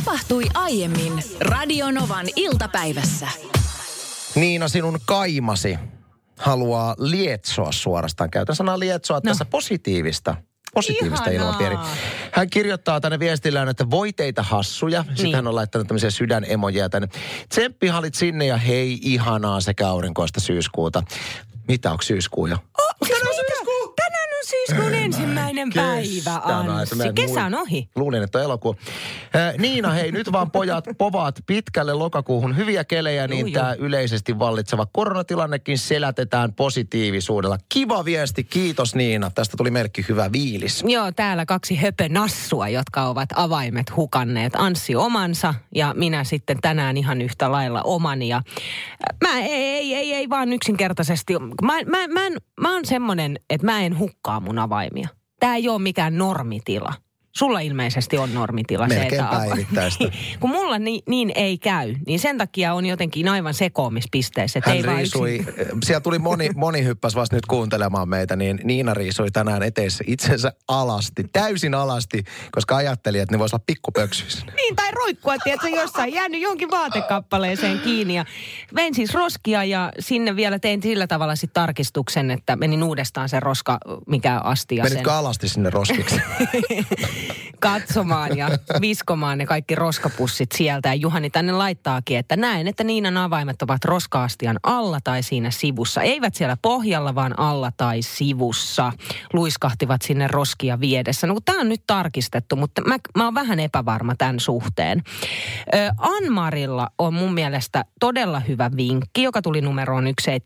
Tapahtui aiemmin Radionovan iltapäivässä. Niina, sinun kaimasi haluaa lietsoa suorastaan. Käytän sanaa lietsoa tässä positiivista ilmapiiriä. Hän kirjoittaa tänne viestillään, että voi teitä hassuja. Sitten hän on laittanut tämmöisiä sydänemojeja tänne. Tsemppihalit sinne ja hei, ihanaa sekä aurinkoista syyskuuta. Mitä, onko syyskuu jo? Tänään on syyskuun ensimmäinen päivä, Anssi. Kesä on ohi. Luulin, että on elokuu. Niina, hei, nyt vaan pojat povaat pitkälle lokakuuhun hyviä kelejä, niin tämä yleisesti vallitseva koronatilannekin selätetään positiivisuudella. Kiva viesti, kiitos Niina. Tästä tuli melkein hyvä viilis. Joo, täällä 2 höpönassua, jotka ovat avaimet hukanneet. Anssi omansa ja minä sitten tänään ihan yhtä lailla omani. Ja mä ei vaan yksinkertaisesti. Mä oon semmonen, että mä en hukkaa mun avaimia. Tää ei ole mikään normitila. Sulla ilmeisesti on normitila. Melkein päivittäistä. Kun mulla niin ei käy, niin sen takia on jotenkin aivan sekoomispisteessä. Hän riisui, siellä tuli moni hyppäs vasta nyt kuuntelemaan meitä, niin Niina riisui tänään eteessä itsensä täysin alasti, koska ajatteli, että ne voisi olla pikkupöksyissä. Niin, tai roikkua, tiedätkö, jossain jäänyt jonkin vaatekappaleeseen kiinni. Ja vein siis roskia ja sinne vielä tein sillä tavalla sitten tarkistuksen, että menin uudestaan sen roska, mikä astia sen. Menitkö alasti sinne roskiksi? Katsomaan ja viskomaan ne kaikki roskapussit sieltä. Ja Juhani tänne laittaakin, että näen, että Niinan avaimet ovat roska-astian alla tai siinä sivussa. Eivät siellä pohjalla, vaan alla tai sivussa. Luiskahtivat sinne roskia viedessä. No kun tämä on nyt tarkistettu, mutta mä oon vähän epävarma tämän suhteen. Anmarilla on mun mielestä todella hyvä vinkki, joka tuli numeroon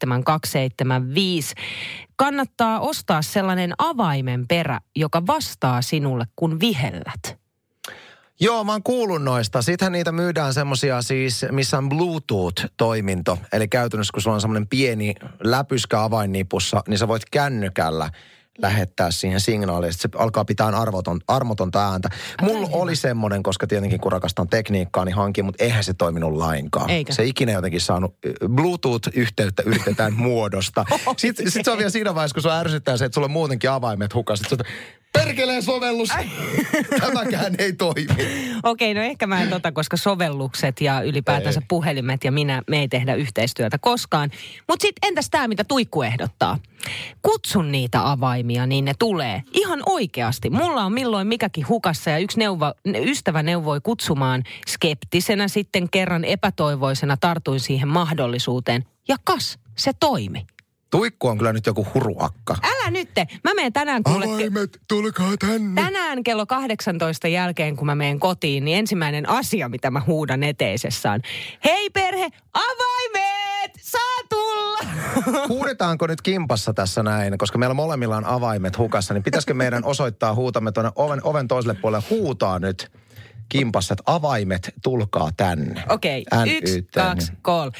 17275. Kannattaa ostaa sellainen avaimenperä, joka vastaa sinulle, kun vihellät. Joo, mä oon kuullut noista. Sittenhän niitä myydään semmosia siis, missä on Bluetooth-toiminto. Eli käytännössä, kun sulla on semmoinen pieni läpyskä avainnipussa, niin sä voit kännykällä lähettää siihen signaaliin, että se alkaa pitää armotonta ääntä. Mulla oli semmoinen, koska tietenkin kun rakastan tekniikkaa, niin hankin, mutta eihän se toiminut lainkaan. Eikä. Se ikinä jotenkin saanut, Bluetooth-yhteyttä yritetään muodosta. Sitten se on vielä siinä vaiheessa, kun sua ärsyttää se, että sulla on muutenkin avaimet hukassa. Sitten perkeleen sovellus. Tämäkään ei toimi. Okei, no ehkä mä en koska sovellukset ja ylipäätänsä puhelimet ja me ei tehdä yhteistyötä koskaan. Mutta sitten entäs tämä, mitä Tuikku ehdottaa? Kutsun niitä avaimia, niin ne tulee. Ihan oikeasti. Mulla on milloin mikäkin hukassa ja yksi ystävä neuvoi kutsumaan skeptisenä, sitten kerran epätoivoisena tartuin siihen mahdollisuuteen. Ja se toimi. Tuikku on kyllä nyt joku huruakka. Älä nytte. Mä menen tänään avaimet, tulkaa tänne. Tänään kello 18 jälkeen, kun mä menen kotiin, niin ensimmäinen asia, mitä mä huudan eteisessä on: hei perhe, avaimet! Saa tulla! Huudetaanko nyt kimpassa tässä näin? Koska meillä molemmilla on avaimet hukassa, niin pitäisikö meidän osoittaa huutamme tuonne oven toiselle puolelle, huutaa nyt kimpassa, että avaimet, tulkaa tänne. Okei, 1, 2, 3.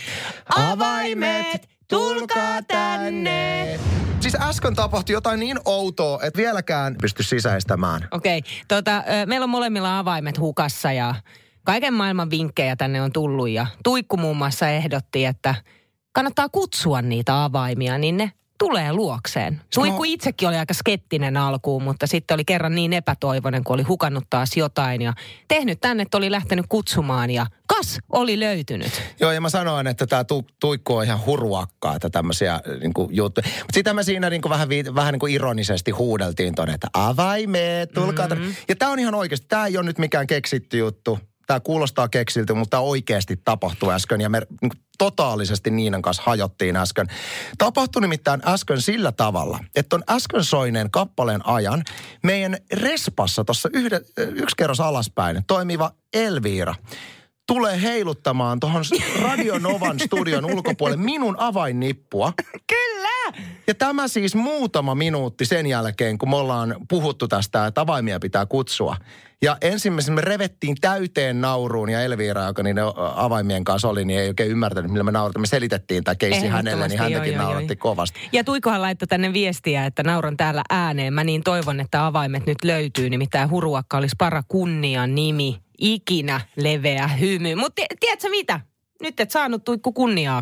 Avaimet! Tulkaa tänne! Siis äsken tapahtui jotain niin outoa, että vieläkään pysty sisäistämään. Okei, meillä on molemmilla avaimet hukassa ja kaiken maailman vinkkejä tänne on tullut. Ja Tuikku muun muassa ehdotti, että kannattaa kutsua niitä avaimia, niin ne tulee luokseen. Tuikku itsekin oli aika skeptinen alkuun, mutta sitten oli kerran niin epätoivoinen, kun oli hukannut taas jotain ja tehnyt tänne, että oli lähtenyt kutsumaan ja oli löytynyt. Joo, ja mä sanoin, että tämä Tuikku on ihan huruakkaa, että tämmöisiä juttuja. Mutta sitä me siinä vähän ironisesti huudeltiin tuonne, että avaimet, tulkaa tänne. Ja tämä on ihan oikeasti, tämä ei ole nyt mikään keksitty juttu. Tämä kuulostaa keksilty, mutta tämä oikeasti tapahtui äsken ja me totaalisesti Niinan kanssa hajottiin äsken. Tapahtui nimittäin äsken sillä tavalla, että on äsken soineen kappaleen ajan meidän respassa tuossa yksi kerros alaspäin toimiva Elviira tulee heiluttamaan tuohon Radio Novan studion ulkopuolelle minun avainnippua. Kyllä! Ja tämä siis muutama minuutti sen jälkeen, kun me ollaan puhuttu tästä, että avaimia pitää kutsua. Ja ensimmäisenä me revettiin täyteen nauruun ja Elviira, joka niiden avaimien kanssa oli, niin ei oikein ymmärtänyt, millä me naurataan. Me selitettiin tämä keissi hänelle, niin häntäkin nauratti kovasti. Ja Tuikohan laittoi tänne viestiä, että nauran täällä ääneen. Mä niin toivon, että avaimet nyt löytyy, nimittäin Huruakka olisi kunnian nimi. Ikinä leveä hymy. Mutta tiedätkö mitä? nyt et saanut Tuikku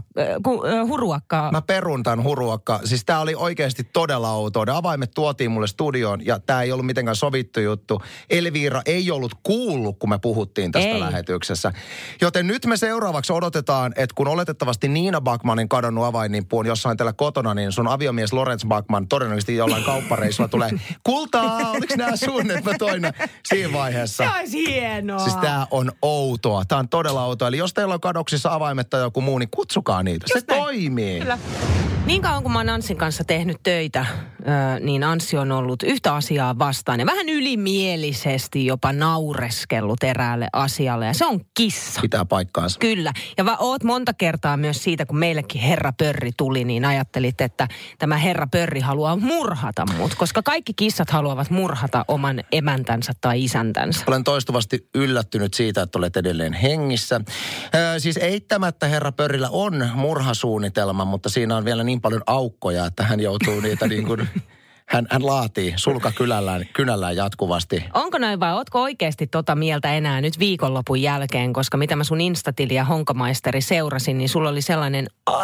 huruakkaa. Mä perun tämän huruakka. Siis tää oli oikeasti todella outoa. Ne avaimet tuotiin mulle studioon ja tää ei ollut mitenkään sovittu juttu. Elviira ei ollut kuullut, kun me puhuttiin tästä lähetyksessä. Joten nyt me seuraavaksi odotetaan, että kun oletettavasti Niina Backmanin kadonnut avaininpuu on jossain täällä kotona, niin sun aviomies Lorenz Backman todennäköisesti jollain kauppareissulla tulee, kultaa, oliks nää sun, että mä toin siinä vaiheessa. Se olisi hienoa. Siis tää on outoa. Tää on todella outoa. Eli jos teillä on kadoksissa avaimet tai joku muu, niin kutsukaa niitä. Just se näin. toimii. Kyllä. Niin kauan kun mä oon Anssin kanssa tehnyt töitä, niin Anssi on ollut yhtä asiaa vastaan. Ja vähän ylimielisesti jopa naureskellut eräälle asialle. Ja se on kissa. Pitää paikkaansa. Kyllä. Ja oot monta kertaa myös siitä, kun meillekin herra Pörri tuli, niin ajattelit, että tämä herra Pörri haluaa murhata mut. Koska kaikki kissat haluavat murhata oman emäntänsä tai isäntänsä. Olen toistuvasti yllättynyt siitä, että olet edelleen hengissä. Siis eittämättä herra Pörrillä on murhasuunnitelma, mutta siinä on vielä niin paljon aukkoja, että hän joutuu niitä niin kuin... Hän laatii sulkakynällään jatkuvasti. Onko näin vai ootko oikeasti tota mieltä enää nyt viikonlopun jälkeen? Koska mitä mä sun Instatiliä Honkamaisteri seurasin, niin sulla oli sellainen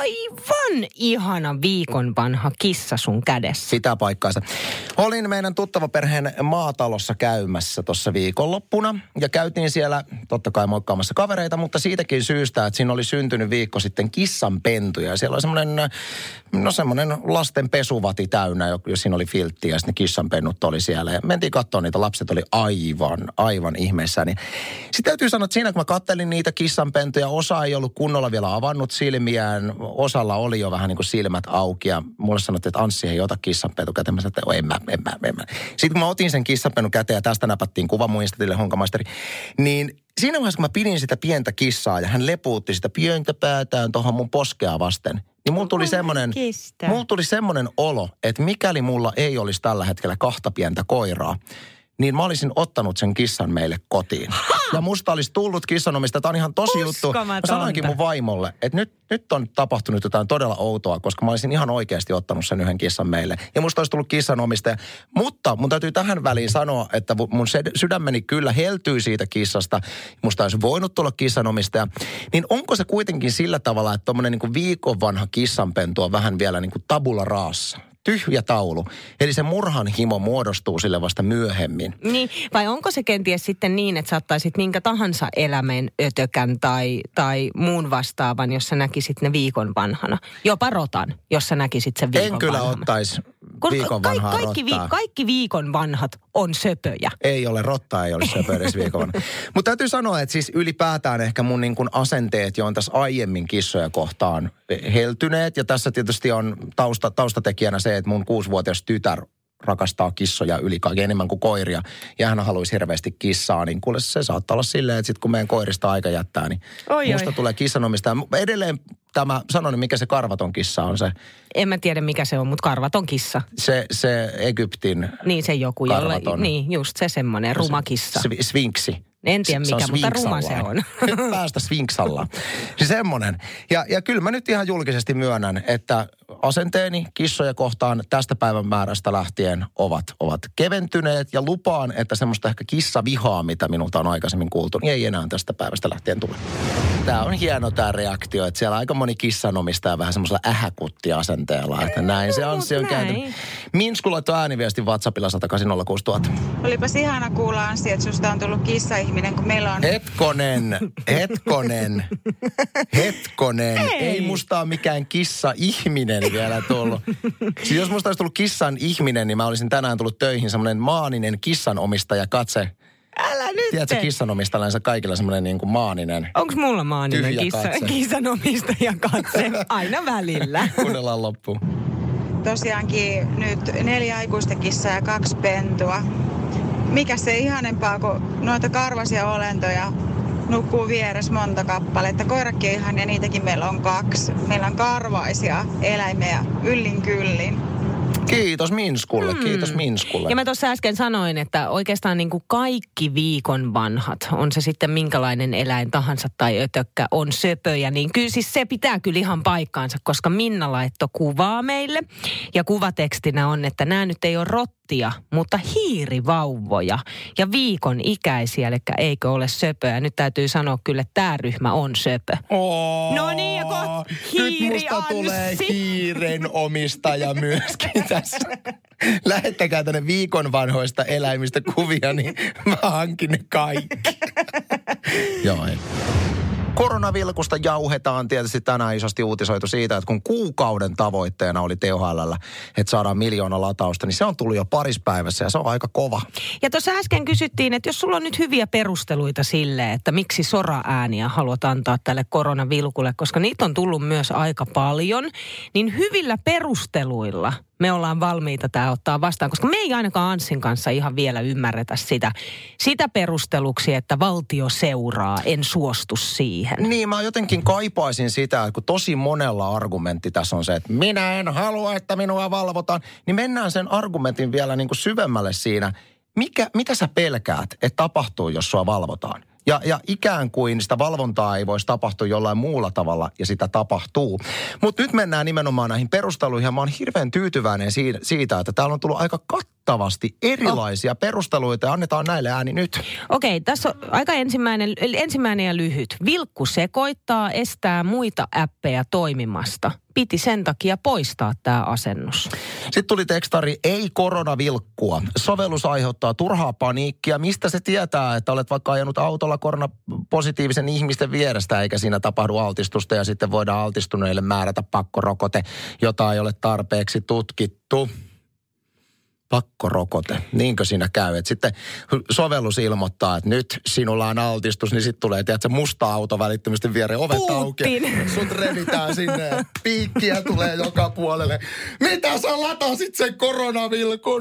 aivan ihana viikon vanha kissa sun kädessä. Sitä paikkaansa. Olin meidän tuttavaperheen maatalossa käymässä tuossa viikonloppuna. Ja käytiin siellä totta kai moikkaamassa kavereita, mutta siitäkin syystä, että siinä oli syntynyt viikko sitten kissanpentuja. Ja siellä oli semmoinen lasten pesuvati täynnä, jos siinä oli filttiä ja sitten ne kissanpennut oli siellä. Ja mentiin katsoa niitä, lapset oli aivan ihmeissään. Sitten täytyy sanoa, että siinä kun mä kattelin niitä kissanpentuja, osa ei ollut kunnolla vielä avannut silmiään, osalla oli jo vähän niin kuin silmät auki. Ja mulle sanottiin, että Anssi ei ota kissanpentu käteen. Mä sanoin, että en mä. Sitten kun mä otin sen kissanpennun käteen ja tästä näpättiin kuva mun Instatille Honkamaisteri, niin siinä vaiheessa kun mä pidin sitä pientä kissaa ja hän lepuutti sitä pientä päätään tuohon mun poskea vasten, niin mulla tuli semmoinen olo, että mikäli mulla ei olisi tällä hetkellä 2 pientä koiraa, niin mä olisin ottanut sen kissan meille kotiin. Ja musta olisi tullut kissanomista. Tämä on ihan tosi juttu. Mä sanoinkin mun vaimolle, että nyt on tapahtunut jotain todella outoa, koska mä olisin ihan oikeasti ottanut sen yhden kissan meille. Ja musta olisi tullut kissanomistaja. Mutta mun täytyy tähän väliin sanoa, että mun sydämeni kyllä heltyy siitä kissasta. Musta olisi voinut tulla kissanomistaja. Niin onko se kuitenkin sillä tavalla, että tommonen niin kuin viikon vanha kissanpentu on vähän vielä niin kuin tabula rasa? Tyhjä taulu. Eli se murhan himo muodostuu sille vasta myöhemmin. Niin, vai onko se kenties sitten niin, että saattaisit minkä tahansa eläimen ötökän tai muun vastaavan, jos sä näkisit ne viikon vanhana? Jopa rotan, jos sä näkisit sen viikon vanhana. En kyllä ottaisi viikon vanhaa rottaa. Kaikki viikon vanhat on söpöjä. Ei ole, rotta ei ole söpö edes viikon vanha. Mutta täytyy sanoa, että siis ylipäätään ehkä mun niin kuin asenteet jo on tässä aiemmin kissoja kohtaan heltyneet. Ja tässä tietysti on taustatekijänä se, että mun 6-vuotias tytär rakastaa kissoja yli kaiken enemmän kuin koiria. Ja hän haluaisi hirveästi kissaa, niin kuule se saattaa olla silleen, että sitten kun meidän koirista aika jättää, niin musta tulee kissanomista. Edelleen tämä, sanon mikä se karvaton kissa on se. En mä tiedä mikä se on, mutta karvaton kissa. Se Egyptin niin se joku, jolle, niin just se semmoinen ruma kissa. Sfinksi. En tiedä mikä, mutta ruma se on. Päästä sfinksalla. Siis semmoinen. Ja kyllä mä nyt ihan julkisesti myönnän, että asenteeni kissoja kohtaan tästä päivän määrästä lähtien ovat keventyneet. Ja lupaan, että semmoista ehkä kissavihaa, mitä minulta on aikaisemmin kuultu, niin ei enää tästä päivästä lähtien tule. Tämä on hieno tämä reaktio, että siellä aika moni kissanomistaja vähän semmoisella ähäkutti-asenteella. Että näin se Anssi on kääntynyt. Minsku laittoi ääniviestin WhatsAppilla 180 000. Olipas ihana kuulla, Anssi, että susta on tullut kissaihminen, kun meillä on... Hetkonen. Ei musta ole mikään kissa-ihminen vielä tullut. Siis jos musta olisi tullut kissan ihminen, niin mä olisin tänään tullut töihin semmoinen maaninen kissanomistaja katse. Älä nyt! Tiedätkö kissanomistajansa kaikilla semmoinen niin kuin maaninen? Onko mulla maaninen kissanomistaja katse? Aina välillä. Kuunnellaan loppuun. Tosiaankin nyt 4 aikuista kissaa ja 2 pentua. Mikä se ihanempaa, kun noita karvasia olentoja nukkuu vieressä monta kappaletta. Koirakin ihan ja niitäkin meillä on 2. Meillä on karvaisia eläimiä yllin kyllin. Kiitos Minskulle. Ja mä tuossa äsken sanoin, että oikeastaan niin kuin kaikki viikon vanhat, on se sitten minkälainen eläin tahansa tai ötökkä, on söpöjä, niin kyllä siis se pitää kyllä ihan paikkaansa, koska Minna laittoi kuvaa meille. Ja kuvatekstinä on, että nämä nyt ei ole rottia, mutta hiirivauvoja ja viikon ikäisiä, eli eikö ole söpöä. Nyt täytyy sanoa kyllä, että tämä ryhmä on söpö. No niin, ja kohta hiiri Nyt musta tulee hiiren omistaja myöskin tässä. Lähettäkää tänne viikon vanhoista eläimistä kuvia, niin mä hankin ne kaikki. Joo, ei. Koronavilkusta jauhetaan tietysti tänään isosti uutisoitu siitä, että kun kuukauden tavoitteena oli THL:llä, että saadaan 1 000 000 latausta, niin se on tullut jo parispäivässä ja se on aika kova. Ja tuossa äsken kysyttiin, että jos sulla on nyt hyviä perusteluita sille, että miksi soraääniä haluat antaa tälle koronavilkulle, koska niitä on tullut myös aika paljon, niin hyvillä perusteluilla me ollaan valmiita tämä ottaa vastaan, koska me ei ainakaan Anssin kanssa ihan vielä ymmärretä sitä perusteluksi, että valtio seuraa, en suostu siihen. Niin, mä jotenkin kaipaisin sitä, että kun tosi monella argumentti tässä on se, että minä en halua, että minua valvotaan, niin mennään sen argumentin vielä niin kuin syvemmälle siinä, mitä sä pelkäät, että tapahtuu, jos sua valvotaan. Ja ikään kuin sitä valvontaa ei voisi tapahtua jollain muulla tavalla, ja sitä tapahtuu. Mutta nyt mennään nimenomaan näihin perusteluihin, ja mä oon hirveän tyytyväinen siitä, että täällä on tullut aika kattavasti erilaisia perusteluita, ja annetaan näille ääni nyt. Okei, tässä on aika ensimmäinen ja lyhyt. Vilkku sekoittaa, estää muita appeja toimimasta. Piti sen takia poistaa tämä asennus. Sitten tuli tekstari, ei koronavilkkua. Sovellus aiheuttaa turhaa paniikkia. Mistä se tietää, että olet vaikka ajanut autolla koronapositiivisen ihmisten vierestä, eikä siinä tapahdu altistusta, ja sitten voidaan altistuneille määrätä pakkorokote, jota ei ole tarpeeksi tutkittu. Pakkorokote. Niinkö siinä käy? Et sitten sovellus ilmoittaa, että nyt sinulla on altistus, niin sitten tulee, tiedätkö, musta auto välittömästi viereen, ovet auki. Sut revitään sinne, piikkiä tulee joka puolelle. Mitä sä latasit sen koronavilkun?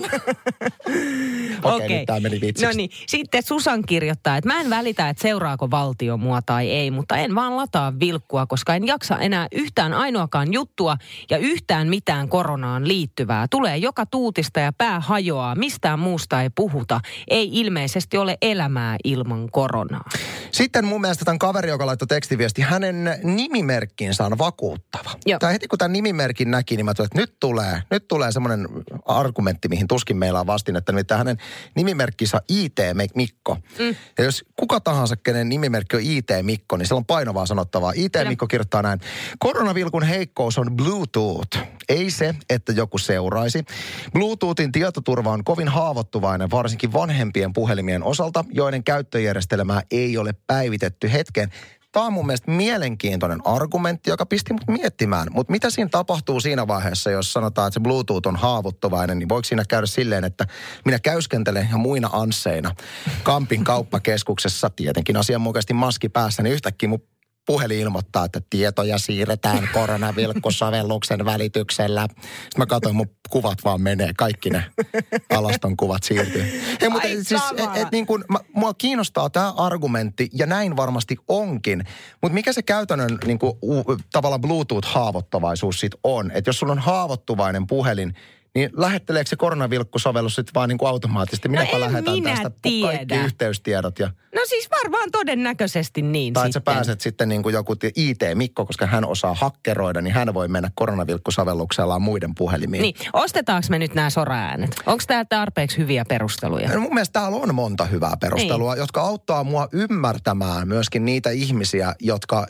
Okei, nyt tää meni vitsiksi. No niin, sitten Susan kirjoittaa, että mä en välitä, että seuraako valtio mua tai ei, mutta en vaan lataa vilkkua, koska en jaksa enää yhtään ainoakaan juttua ja yhtään mitään koronaan liittyvää. Tulee joka tuutista ja pää hajoaa, mistään muusta ei puhuta. Ei ilmeisesti ole elämää ilman koronaa. Sitten mun mielestä tämän kaveri, joka laittoi tekstiviesti, hänen nimimerkkinsä on vakuuttava. Tai heti kun tämän nimimerkin näki, niin mä tulin, että nyt tulee semmoinen argumentti, mihin tuskin meillä on vastinetta. Nimittäin hänen nimimerkkinsä on IT-Mikko. Ja jos kuka tahansa, kenen nimimerkki on IT-Mikko, niin siellä on painavaa sanottavaa. IT-Mikko kirjoittaa näin. Koronavilkun heikkous on Bluetooth. Ei se, että joku seuraisi. Bluetoothin tietoturva on kovin haavoittuvainen, varsinkin vanhempien puhelimien osalta, joiden käyttöjärjestelmää ei ole päivitetty hetken. Tämä on mun mielestä mielenkiintoinen argumentti, joka pisti mut miettimään. Mutta mitä siinä tapahtuu siinä vaiheessa, jos sanotaan, että se Bluetooth on haavoittuvainen, niin voiko siinä käydä silleen, että minä käyskentelen ja muina ansseina Kampin kauppakeskuksessa, tietenkin asianmukaisesti maski päässä, niin yhtäkkiä mun puhelin ilmoittaa, että tietoja siirretään koronavilkkusovelluksen välityksellä. Sitten mä katsoin, mun kuvat vaan menee. Kaikki ne alaston kuvat siirtyy. Ei, mutta siis, niin kuin, mua kiinnostaa tämä argumentti, ja näin varmasti onkin. Mutta mikä se käytännön niin kuin, tavallaan Bluetooth-haavoittavaisuus sit on? Että jos sulla on haavoittuvainen puhelin, niin lähetteleekö se koronavilkkusovellus sitten vaan niin kuin automaattisesti? Minäpä lähetän tästä kaikki yhteystiedot. No siis varmaan todennäköisesti niin tai sitten. Tai sä pääset sitten niin kuin joku IT-Mikko, koska hän osaa hakkeroida, niin hän voi mennä koronavilkkusovelluksellaan muiden puhelimiin. Niin, ostetaanko me nyt nämä soraäänet? Onko tämä tarpeeksi hyviä perusteluja? No, mun mielestä täällä on monta hyvää perustelua, jotka auttaa mua ymmärtämään myöskin niitä ihmisiä, jotka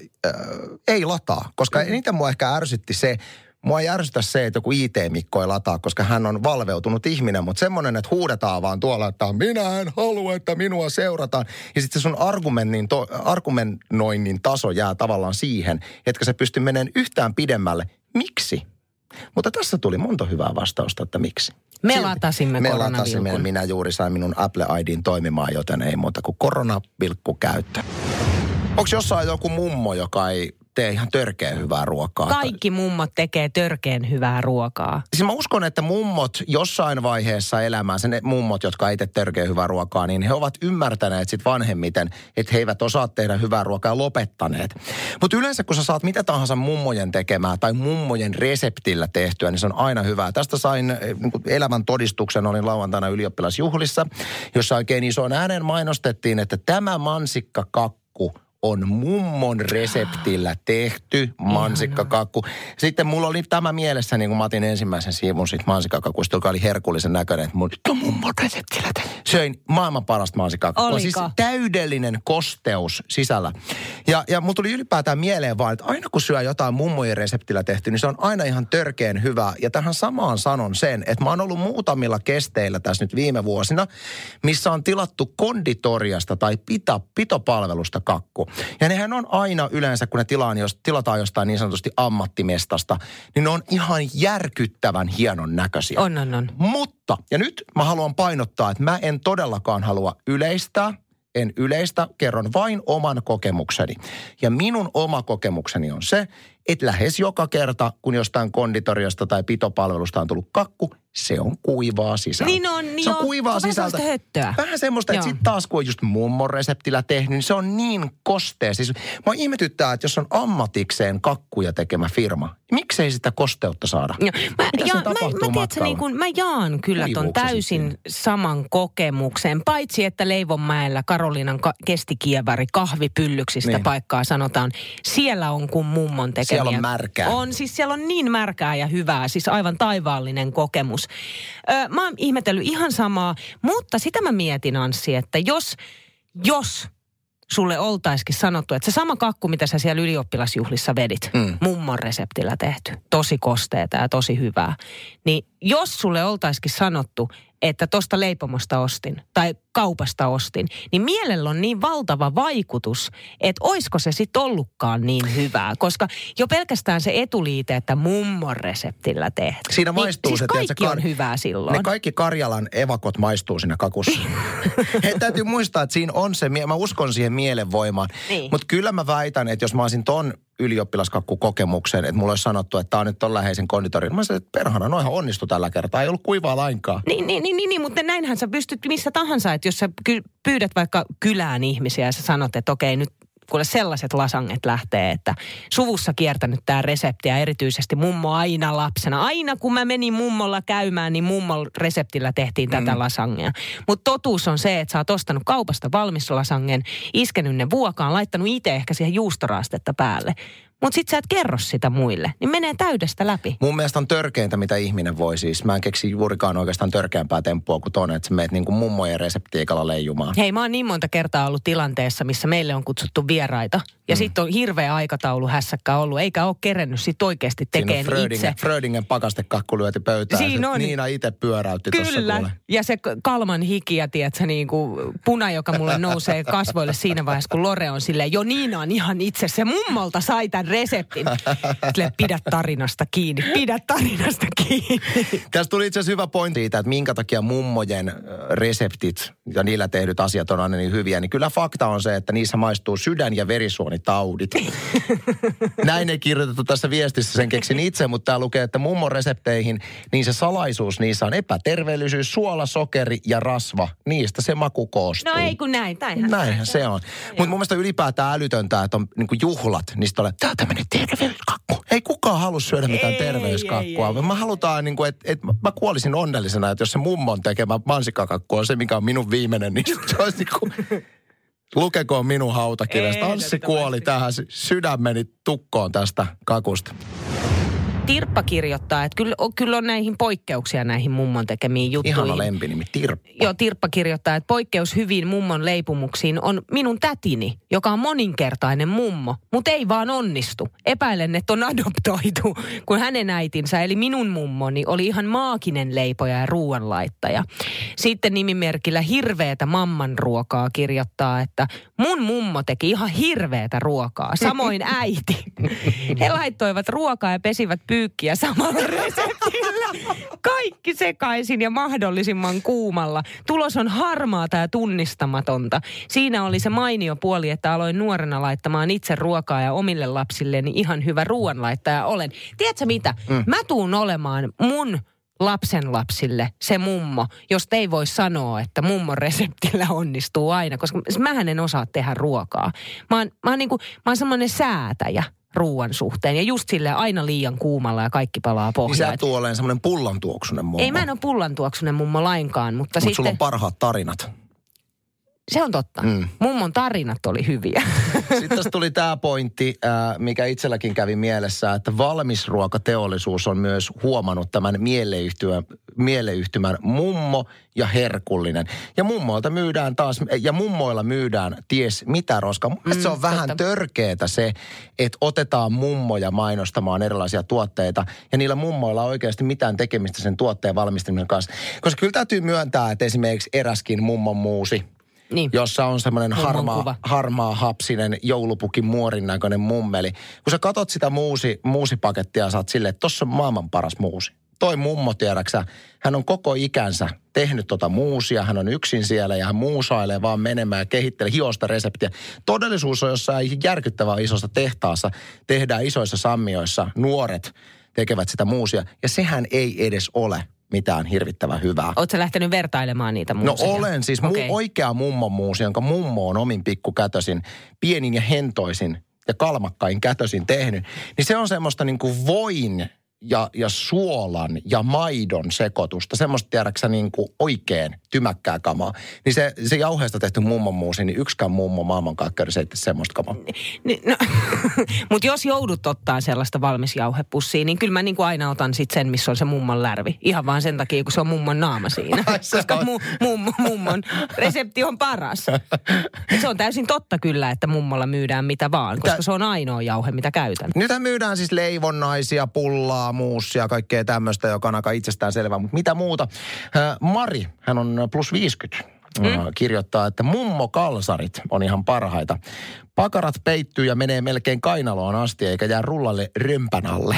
ei lataa. Koska eniten mua ehkä ärsytti se, mua ei ärsytä se, että joku IT-Mikko ei lataa, koska hän on valveutunut ihminen, mutta semmoinen, että huudetaan vaan tuolla, että minä en halua, että minua seurataan. Ja sitten sun argumentoinnin taso jää tavallaan siihen, että se pystyy menemään yhtään pidemmälle. Miksi? Mutta tässä tuli monta hyvää vastausta, että miksi. Me latasimme koronavilkun. Minä juuri sain minun Apple IDin toimimaan, joten ei muuta kuin koronavilkku käyttö. Onko jossain joku mummo, joka ei tee ihan törkeän hyvää ruokaa? Kaikki mummot tekee törkeän hyvää ruokaa. Siis mä uskon, että mummot jossain vaiheessa elämää, sen mummot, jotka ei tee törkeän hyvää ruokaa, niin he ovat ymmärtäneet sit vanhemmiten, että he eivät osaa tehdä hyvää ruokaa ja lopettaneet. Mutta yleensä, kun sä saat mitä tahansa mummojen tekemää tai mummojen reseptillä tehtyä, niin se on aina hyvää. Tästä sain elämän todistuksen, olin lauantaina ylioppilasjuhlissa, jossa oikein isoon äänen mainostettiin, että tämä mansikkakakku on mummon reseptillä tehty mansikkakakku. Sitten mulla oli tämä mielessä, niin kun mä otin ensimmäisen siivun siitä mansikkakakusta, joka oli herkullisen näköinen, että mummon reseptillä tehty. Söin maailman parasta mansikkakakkua. Siis täydellinen kosteus sisällä. Ja mulla tuli ylipäätään mieleen vaan, että aina kun syö jotain mummojen reseptillä tehty, niin se on aina ihan törkeen hyvää. Ja tähän samaan sanon sen, että mä oon ollut muutamilla kesteillä tässä nyt viime vuosina, missä on tilattu konditoriasta tai pitopalvelusta kakku. Ja nehän on aina yleensä, kun ne tilataan jostain niin sanotusti ammattimestasta, niin ne on ihan järkyttävän hienon näköisiä. On. Mutta, ja nyt mä haluan painottaa, että mä en todellakaan halua yleistää. En yleistä, kerron vain oman kokemukseni. Ja minun oma kokemukseni on se, että lähes joka kerta, kun jostain konditoriasta tai pitopalvelusta on tullut kakku, se on kuivaa sisältä. Niin on, se on kuivaa sisältä. Vähän semmoista, että sitten taas kun on just mummon reseptillä tehnyt, niin se on niin kostea. Siis mä ihmetyttää, että jos on ammatikseen kakkuja tekemä firma, miksei sitä kosteutta saada? Mä jaan kyllä ton täysin saman kokemuksen. Paitsi, että Leivonmäellä Karoliinan kestikieväri kahvipyllyksistä paikkaa sanotaan, siellä on kun mummon tekemiä. Siellä on märkää. Siellä on niin märkää ja hyvää, siis aivan taivaallinen kokemus. Mä oon ihmetellyt ihan samaa, mutta sitä mä mietin, Anssi, että jos sulle oltaisikin sanottu, että se sama kakku, mitä sä siellä ylioppilasjuhlissa vedit, mummon reseptillä tehty, tosi kosteeta ja tosi hyvää, niin jos sulle oltaisikin sanottu, että tosta leipomosta ostin tai kaupasta ostin, niin mielellä on niin valtava vaikutus, että oisko se sitten ollutkaan niin hyvää. Koska jo pelkästään se etuliite, että mummon reseptillä tehty. Siinä maistuu niin, se, siis kaikki on hyvää silloin. Ne kaikki Karjalan evakot maistuu siinä kakussa. He täytyy muistaa, että siinä on se, mä uskon siihen mielenvoimaan. Niin. Mutta kyllä mä väitän, että jos mä olisin ton ylioppilaskakkukokemuksen, että mulla olisi sanottu, että tää on nyt ton läheisen konditorin. Mä sanoin, että perhana, noihan onnistui tällä kertaa. Ei ollut kuivaa lainkaan. Niin, mutta näinhän sä pystyt missä tahansa, että jos sä pyydät vaikka kylään ihmisiä ja sä sanot, että okei, nyt kuule sellaiset lasanget lähtee, että suvussa kiertänyt tää resepti ja erityisesti mummo aina lapsena. Aina kun mä menin mummolla käymään, niin mummon reseptillä tehtiin tätä lasangea. Mutta totuus on se, että sä oot ostanut kaupasta valmis lasangen, iskenyt ne vuokaan, laittanut itse ehkä siihen juustoraastetta päälle. Mutta sit sä et kerro sitä muille, niin menee täydestä läpi. Mun mielestä on törkeintä, mitä ihminen voi siis. Mä en keksi juurikaan oikeastaan törkeämpää temppua kuin ton, että sä meet niin kuin mummojen reseptiikalla leijumaan. Hei, mä oon niin monta kertaa ollut tilanteessa, missä meille on kutsuttu vieraita. Ja sitten on hirveä aikataulu hässäkkä ollut, eikä ole kerennyt sit oikeasti tekemään itse. Frödingen pakastekakku lyöti pöytään. Siinä on. Niina itse pyöräytti tuossa. Kyllä, ja se kalman hiki ja tiedätkö, niin kuin puna, joka mulle nousee kasvoille siinä vaiheessa, kun Lore on silleen, jo Niina on ihan itse, se mummolta sai tämän reseptin. Silleen, pidä tarinasta kiinni. Tässä tuli itse asiassa hyvä pointti siitä, että minkä takia mummojen reseptit ja niillä tehdyt asiat on aina niin hyviä. Niin kyllä fakta on se, että niissä maistuu sydän- ja verisuonitaudit. Näin ei kirjoitettu tässä viestissä, sen keksin itse, mutta tämä lukee, että mummon resepteihin, niin se salaisuus niissä on epäterveellisyys, suola, sokeri ja rasva. Niistä se maku koostuu. No ei kun näin, näinhän se on. Mutta mun mielestä ylipäätään älytöntä, että on niinku juhlat, niistä on, tää on tämmöinen terveyskakku. Ei kukaan halua syödä mitään terveyskakkua. Mä halutaan, niinku, että mä kuolisin onnellisena, että jos se mummon tekemä mansikkakakku on se, mikä on minun viimeinen, niin se olisi niinku, lukekoon minun hautakivestä. Anssi kuoli tähän, sydämeni tukkoon tästä kakusta. Tirppa kirjoittaa, että kyllä on näihin poikkeuksia näihin mummon tekemiin juttuihin. Ihana lempinimi, Tirppa. Joo, Tirppa kirjoittaa, että poikkeus hyviin mummon leipumuksiin on minun tätini, joka on moninkertainen mummo, mutta ei vaan onnistu. Epäilen, että on adoptoitu, kun hänen äitinsä, eli minun mummoni, oli ihan maaginen leipoja ja ruoanlaittaja. Sitten nimimerkillä hirveätä mamman ruokaa kirjoittaa, että mun mummo teki ihan hirveätä ruokaa, samoin äiti. He laittoivat ruokaa ja pesivät pyykkiä samalla reseptillä. Kaikki sekaisin ja mahdollisimman kuumalla. Tulos on harmaata ja tunnistamatonta. Siinä oli se mainio puoli, että aloin nuorena laittamaan itse ruokaa ja omille lapsilleni ihan hyvä ruoanlaittaja olen. Tiedätkö mitä? Mä tuun olemaan mun lapsenlapsille se mummo, jos ei voi sanoa, että mummon reseptillä onnistuu aina, koska mähän en osaa tehdä ruokaa. Mä oon semmoinen säätäjä ruoan suhteen. Ja just silleen aina liian kuumalla ja kaikki palaa pohjaan. Niin sä tuo oleen semmoinen pullantuoksunen mummo. Ei, mä en ole pullantuoksunen mummo lainkaan, mutta sitten... sulla on parhaat tarinat. Se on totta. Mummon tarinat oli hyviä. Sitten tässä tuli tämä pointti, mikä itselläkin kävi mielessä, että valmisruokateollisuus on myös huomannut tämän mieleyhtymän mummo ja herkullinen. Ja mummoilla myydään ties mitä roskaa. Mun mielestä se on vähän törkeetä se, että otetaan mummoja mainostamaan erilaisia tuotteita ja niillä mummoilla on oikeasti mitään tekemistä sen tuotteen valmistamisen kanssa. Koska kyllä täytyy myöntää, että esimerkiksi eräskin mummon muusi, niin, jossa on semmoinen harmaa hapsinen joulupukin muorin näköinen mummeli. Kun sä katot sitä muusipakettia, sä oot silleen, että tossa on maailman paras muusi. Toi mummo, tiedäksä, hän on koko ikänsä tehnyt muusia, hän on yksin siellä ja hän muusailee vaan menemään ja kehittelee hiosta reseptiä. Todellisuus on jossain järkyttävän isossa tehtaassa, tehdään isoissa sammioissa, nuoret tekevät sitä muusia ja sehän ei edes ole mitään hirvittävän hyvää. Ootko lähtenyt vertailemaan niitä muusia? No olen siis oikea mummon muusi, jonka mummo on omin pikkukätösin, pienin ja hentoisin ja kalmakkain kätösin tehnyt. Niin se on semmoista niin kuin voin ja suolan ja maidon sekoitusta. Semmoista tiedäksä niin kuin oikein tymäkkää kamaa. Niin se jauheesta tehty mummon muusi, niin yksikään mummo maailmankaikkeudessa ei tee semmoista kamaa. No, mutta jos joudut ottaa sellaista valmisjauhepussia, niin kyllä mä niin kuin aina otan sit sen, missä on se mummon lärvi. Ihan vaan sen takia, kun se on mummon naama siinä. Koska mummon resepti on paras. Ja se on täysin totta kyllä, että mummolla myydään mitä vaan, koska se on ainoa jauhe, mitä käytän. Nythän myydään siis leivonnaisia, pullaa, muussia, kaikkea tämmöistä, joka on aika itsestään selvää. Mutta mitä muuta? Mari, hän on plus 50, kirjoittaa, että mummokalsarit on ihan parhaita. Pakarat peittyy ja menee melkein kainaloon asti, eikä jää rullalle römpän alle.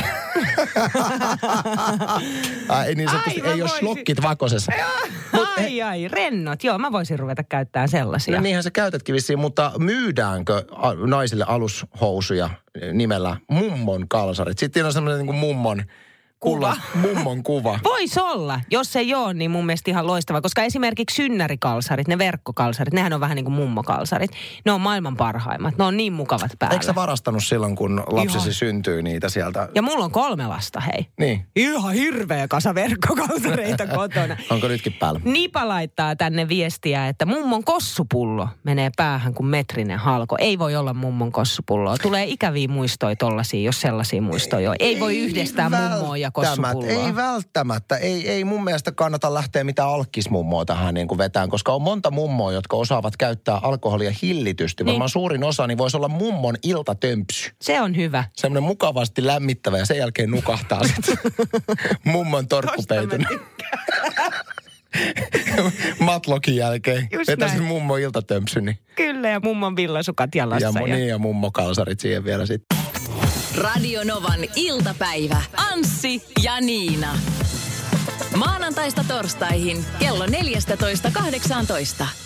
Ei ole slokkit vakosessa. Rennot. Joo, mä voisin ruveta käyttämään sellaisia. No niinhän sä käytätkin vissiin, mutta myydäänkö naisille alushousuja nimellä mummon kalsarit? Sitten on semmoinen niin kuin mummon kuva. Vois olla. Jos ei ole, niin mun mielestä ihan loistava. Koska esimerkiksi synnärikalsarit, ne verkkokalsarit, nehän on vähän niin kuin mummokalsarit. Ne on maailman parhaimmat. Ne on niin mukavat päällä. Eikö sä varastanut silloin, kun lapsesi syntyy niitä sieltä? Ja mulla on 3 lasta, hei. Niin. Ihan hirveä kasa verkkokalsareita kotona. Onko nytkin päällä? Nipa laittaa tänne viestiä, että mummon kossupullo menee päähän kuin metrinen halko. Ei voi olla mummon kossupulloa. Tulee ikäviä muistoja tollaisia, jos sellaisia muistoja on. Ei voi yhdistää mummoa ja kossupulloa. Ei välttämättä. Ei mun mielestä kannata lähteä mitään alkkismummoa tähän niin kuin vetään, koska on monta mummoa, jotka osaavat käyttää alkoholia hillitysti. Niin. Varmaan suurin osa, niin voisi olla mummon iltatömpsy. Se on hyvä. Semmoinen mukavasti lämmittävä ja sen jälkeen nukahtaa sitten mummon torkkupeitun. Matlokin jälkeen. Vetäisin mummon iltatömpsy. Niin. Kyllä, ja mummon villasukat jalassa. Ja mummokalsarit siihen vielä sitten. Radio Novan iltapäivä. Anssi ja Niina. Maanantaista torstaihin kello 14.18.